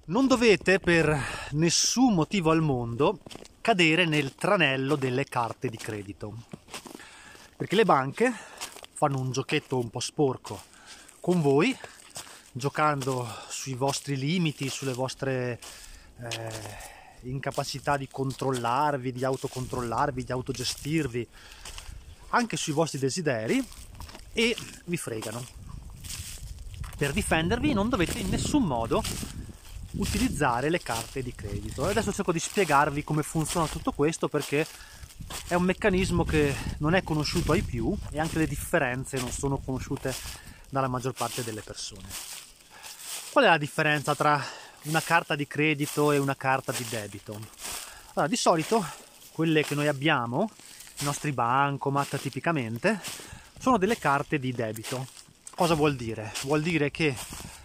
Non dovete per nessun motivo al mondo cadere nel tranello delle carte di credito, perché le banche fanno un giochetto un po' sporco con voi, giocando sui vostri limiti, sulle vostre incapacità di controllarvi, di autocontrollarvi, di autogestirvi, anche sui vostri desideri, e vi fregano. Per difendervi non dovete in nessun modo utilizzare le carte di credito. E adesso cerco di spiegarvi come funziona tutto questo, perché è un meccanismo che non è conosciuto ai più e anche le differenze non sono conosciute dalla maggior parte delle persone. Qual è la differenza tra una carta di credito e una carta di debito? Allora, di solito quelle che noi abbiamo, i nostri bancomat tipicamente, sono delle carte di debito. Cosa vuol dire? Vuol dire che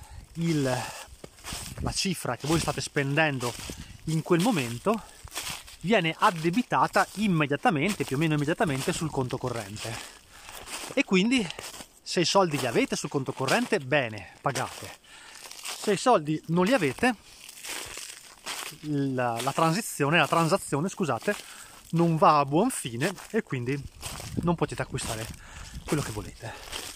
la cifra che voi state spendendo in quel momento viene addebitata immediatamente, più o meno immediatamente, sul conto corrente. E quindi se i soldi li avete sul conto corrente, bene, pagate. Se i soldi non li avete, la transazione, scusate, non va a buon fine e quindi non potete acquistare quello che volete.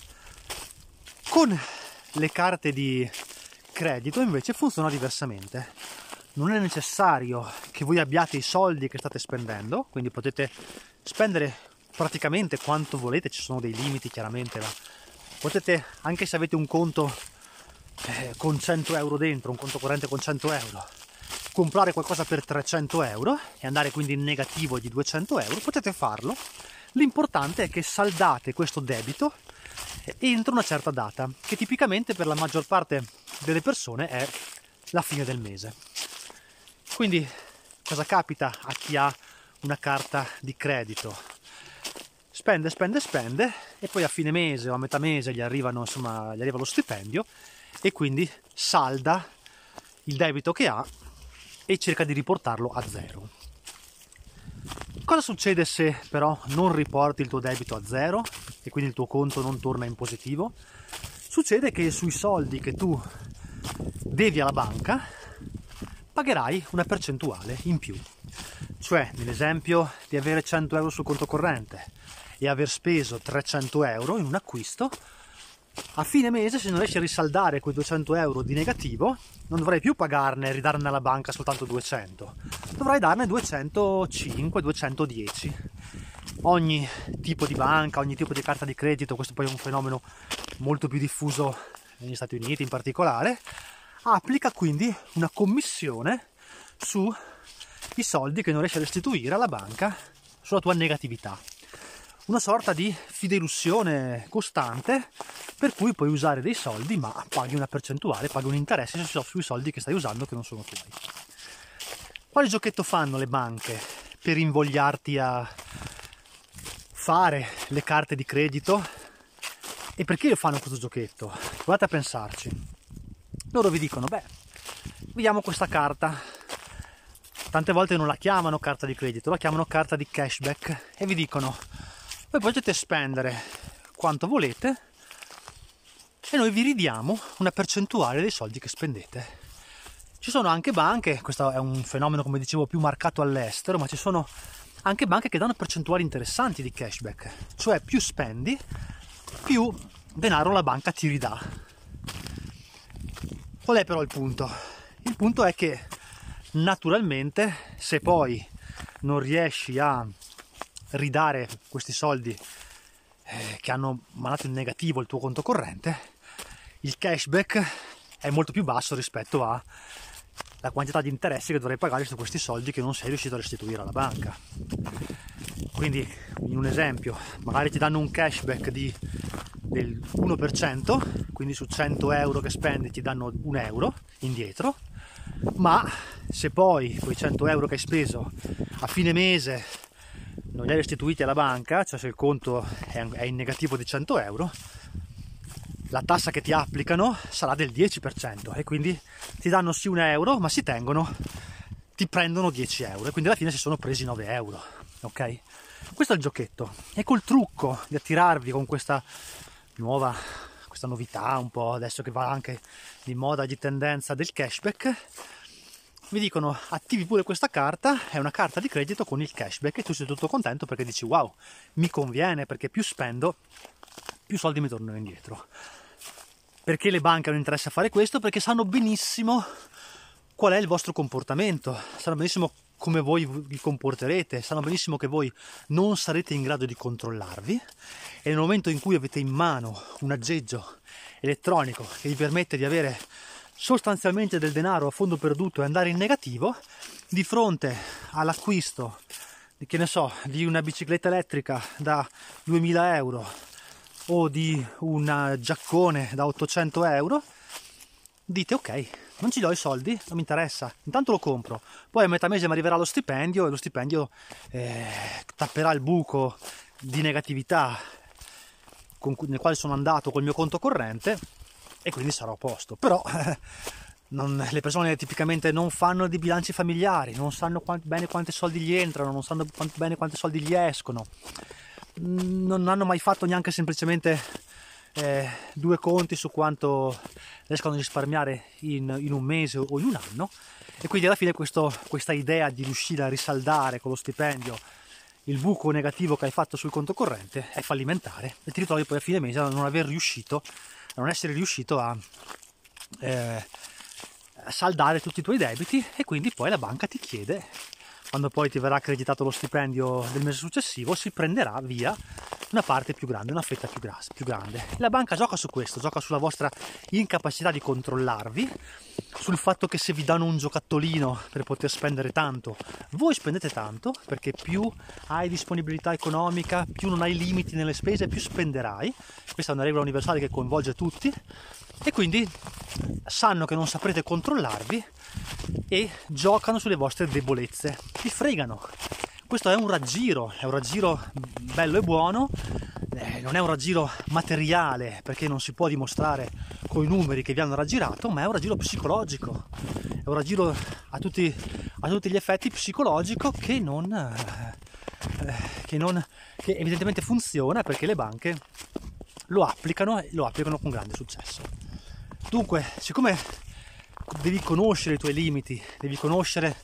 Con le carte di credito invece funziona diversamente. Non è necessario che voi abbiate i soldi che state spendendo, quindi potete spendere praticamente quanto volete, ci sono dei limiti chiaramente, ma potete, anche se avete un conto con 100 euro dentro, un conto corrente con 100 euro, comprare qualcosa per 300 euro e andare quindi in negativo di 200 euro, potete farlo. L'importante è che saldate questo debito entro una certa data, che tipicamente per la maggior parte delle persone è la fine del mese. Quindi cosa capita a chi ha una carta di credito? Spende e poi a fine mese o a metà mese gli arriva lo stipendio e quindi salda il debito che ha e cerca di riportarlo a zero. Cosa succede se però non riporti il tuo debito a zero e quindi il tuo conto non torna in positivo? Succede che sui soldi che tu devi alla banca pagherai una percentuale in più. Cioè, nell'esempio di avere 100 euro sul conto corrente e aver speso 300 euro in un acquisto, a fine mese, se non riesci a risaldare quei 200 euro di negativo, non dovrai più pagarne e ridarne alla banca soltanto 200, dovrai darne 205, 210. Ogni tipo di banca, ogni tipo di carta di credito, questo poi è un fenomeno molto più diffuso negli Stati Uniti in particolare, applica quindi una commissione sui soldi che non riesci a restituire alla banca sulla tua negatività. Una sorta di fidelussione costante per cui puoi usare dei soldi ma paghi una percentuale, paghi un interesse sui soldi che stai usando che non sono tuoi. Quale giochetto fanno le banche per invogliarti a fare le carte di credito? E perché fanno questo giochetto? Provate a pensarci. Loro vi dicono, vediamo questa carta. Tante volte non la chiamano carta di credito, la chiamano carta di cashback e vi dicono, voi potete spendere quanto volete e noi vi ridiamo una percentuale dei soldi che spendete. Ci sono anche banche, questo è un fenomeno come dicevo più marcato all'estero, ma ci sono anche banche che danno percentuali interessanti di cashback, cioè più spendi, più denaro la banca ti ridà. Qual è però il punto? Il punto è che naturalmente se poi non riesci a ridare questi soldi che hanno mandato in negativo il tuo conto corrente, il cashback è molto più basso rispetto alla quantità di interessi che dovrai pagare su questi soldi che non sei riuscito a restituire alla banca. Quindi, in un esempio, magari ti danno un cashback del 1%, quindi su 100 euro che spendi ti danno 1 euro indietro, ma se poi quei 100 euro che hai speso a fine mese non li hai restituiti alla banca, cioè se il conto è in negativo di 100 euro, la tassa che ti applicano sarà del 10% e quindi ti danno sì 1 euro, ma ti prendono 10 euro e quindi alla fine si sono presi 9 euro, ok? Questo è il giochetto e col trucco di attirarvi con questa novità un po' adesso che va anche di moda, di tendenza del cashback, mi dicono attivi pure questa carta, è una carta di credito con il cashback, e tu sei tutto contento perché dici wow, mi conviene, perché più spendo più soldi mi tornano indietro. Perché le banche hanno interesse a fare questo? Perché sanno benissimo qual è il vostro comportamento, sanno benissimo come voi vi comporterete, sanno benissimo che voi non sarete in grado di controllarvi, e nel momento in cui avete in mano un aggeggio elettronico che vi permette di avere sostanzialmente del denaro a fondo perduto e andare in negativo, di fronte all'acquisto, che ne so, di una bicicletta elettrica da 2000 euro o di un giaccone da 800 euro, dite ok, non ci do i soldi, non mi interessa, intanto lo compro, poi a metà mese mi arriverà lo stipendio, e lo stipendio tapperà il buco di negatività nel quale sono andato col mio conto corrente, e quindi sarò a posto. Però le persone tipicamente non fanno di bilanci familiari, non sanno bene quanti soldi gli entrano, non sanno bene quanti soldi gli escono, non hanno mai fatto neanche semplicemente due conti su quanto riescono a risparmiare in un mese o in un anno, e quindi alla fine questa idea di riuscire a risaldare con lo stipendio il buco negativo che hai fatto sul conto corrente è fallimentare, e ti ritrovi poi a fine mese a non essere riuscito a saldare tutti i tuoi debiti, e quindi poi la banca ti chiede, quando poi ti verrà accreditato lo stipendio del mese successivo, si prenderà via una parte più grande, una fetta più grande. La banca gioca su questo, gioca sulla vostra incapacità di controllarvi, sul fatto che se vi danno un giocattolino per poter spendere tanto, voi spendete tanto, perché più hai disponibilità economica, più non hai limiti nelle spese, più spenderai. Questa è una regola universale che coinvolge tutti, e quindi sanno che non saprete controllarvi e giocano sulle vostre debolezze, vi fregano. Questo è un raggiro bello e buono, non è un raggiro materiale, perché non si può dimostrare con i numeri che vi hanno raggirato, ma è un raggiro psicologico, è un raggiro a tutti gli effetti psicologico che evidentemente funziona, perché le banche lo applicano con grande successo. Dunque, siccome devi conoscere i tuoi limiti, devi conoscere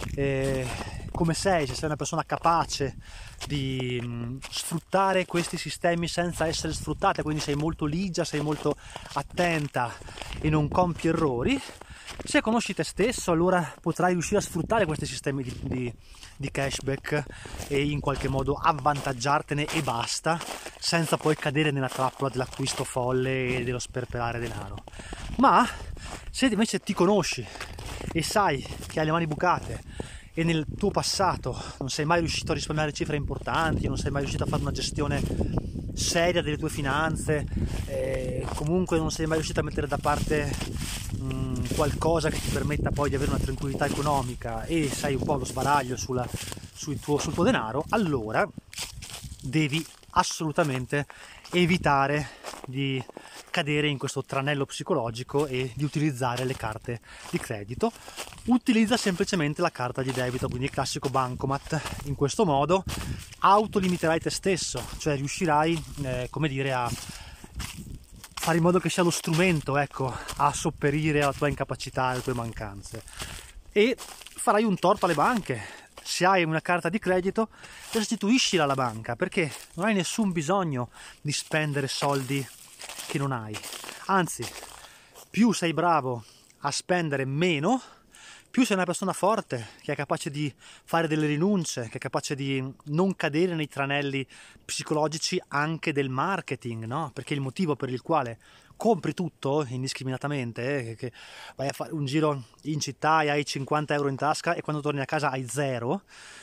come sei, se sei una persona capace di sfruttare questi sistemi senza essere sfruttata, quindi sei molto ligia, sei molto attenta e non compi errori. Se conosci te stesso, allora potrai riuscire a sfruttare questi sistemi di cashback e in qualche modo avvantaggiartene e basta, senza poi cadere nella trappola dell'acquisto folle e dello sperperare denaro. Ma se invece ti conosci e sai che hai le mani bucate e nel tuo passato non sei mai riuscito a risparmiare cifre importanti, non sei mai riuscito a fare una gestione seria delle tue finanze, comunque non sei mai riuscito a mettere da parte qualcosa che ti permetta poi di avere una tranquillità economica, e sei un po' allo sbaraglio sul tuo denaro, allora devi assolutamente evitare di cadere in questo tranello psicologico e di utilizzare le carte di credito. Utilizza semplicemente la carta di debito, quindi il classico bancomat. In questo modo autolimiterai te stesso, cioè riuscirai a fare in modo che sia lo strumento, a sopperire alla tua incapacità, alle tue mancanze, e farai un torto alle banche. Se hai una carta di credito, restituiscila alla banca, perché non hai nessun bisogno di spendere soldi che non hai. Anzi, più sei bravo a spendere meno, più sei una persona forte, che è capace di fare delle rinunce, che è capace di non cadere nei tranelli psicologici anche del marketing, no? Perché il motivo per il quale compri tutto indiscriminatamente, che vai a fare un giro in città e hai 50 euro in tasca e quando torni a casa hai zero,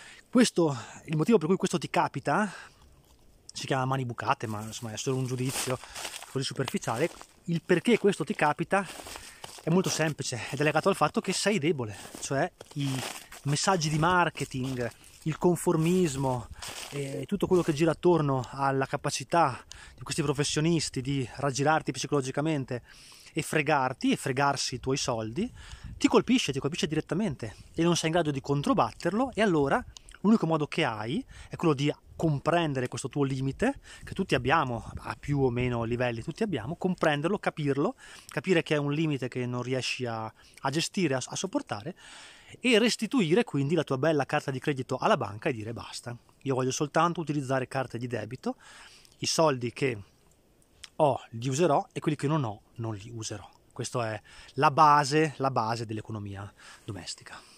il motivo per cui questo ti capita si chiama mani bucate, ma insomma è solo un giudizio così superficiale. Il perché questo ti capita è molto semplice ed è legato al fatto che sei debole, cioè i messaggi di marketing, il conformismo e tutto quello che gira attorno alla capacità di questi professionisti di raggirarti psicologicamente e fregarsi i tuoi soldi, ti colpisce direttamente e non sei in grado di controbatterlo, e allora l'unico modo che hai è quello di comprendere questo tuo limite, che tutti abbiamo, a più o meno livelli tutti abbiamo, comprenderlo, capire che è un limite che non riesci a gestire, a sopportare, e restituire quindi la tua bella carta di credito alla banca e dire basta, io voglio soltanto utilizzare carte di debito, i soldi che ho li userò e quelli che non ho non li userò. Questa è la base dell'economia domestica.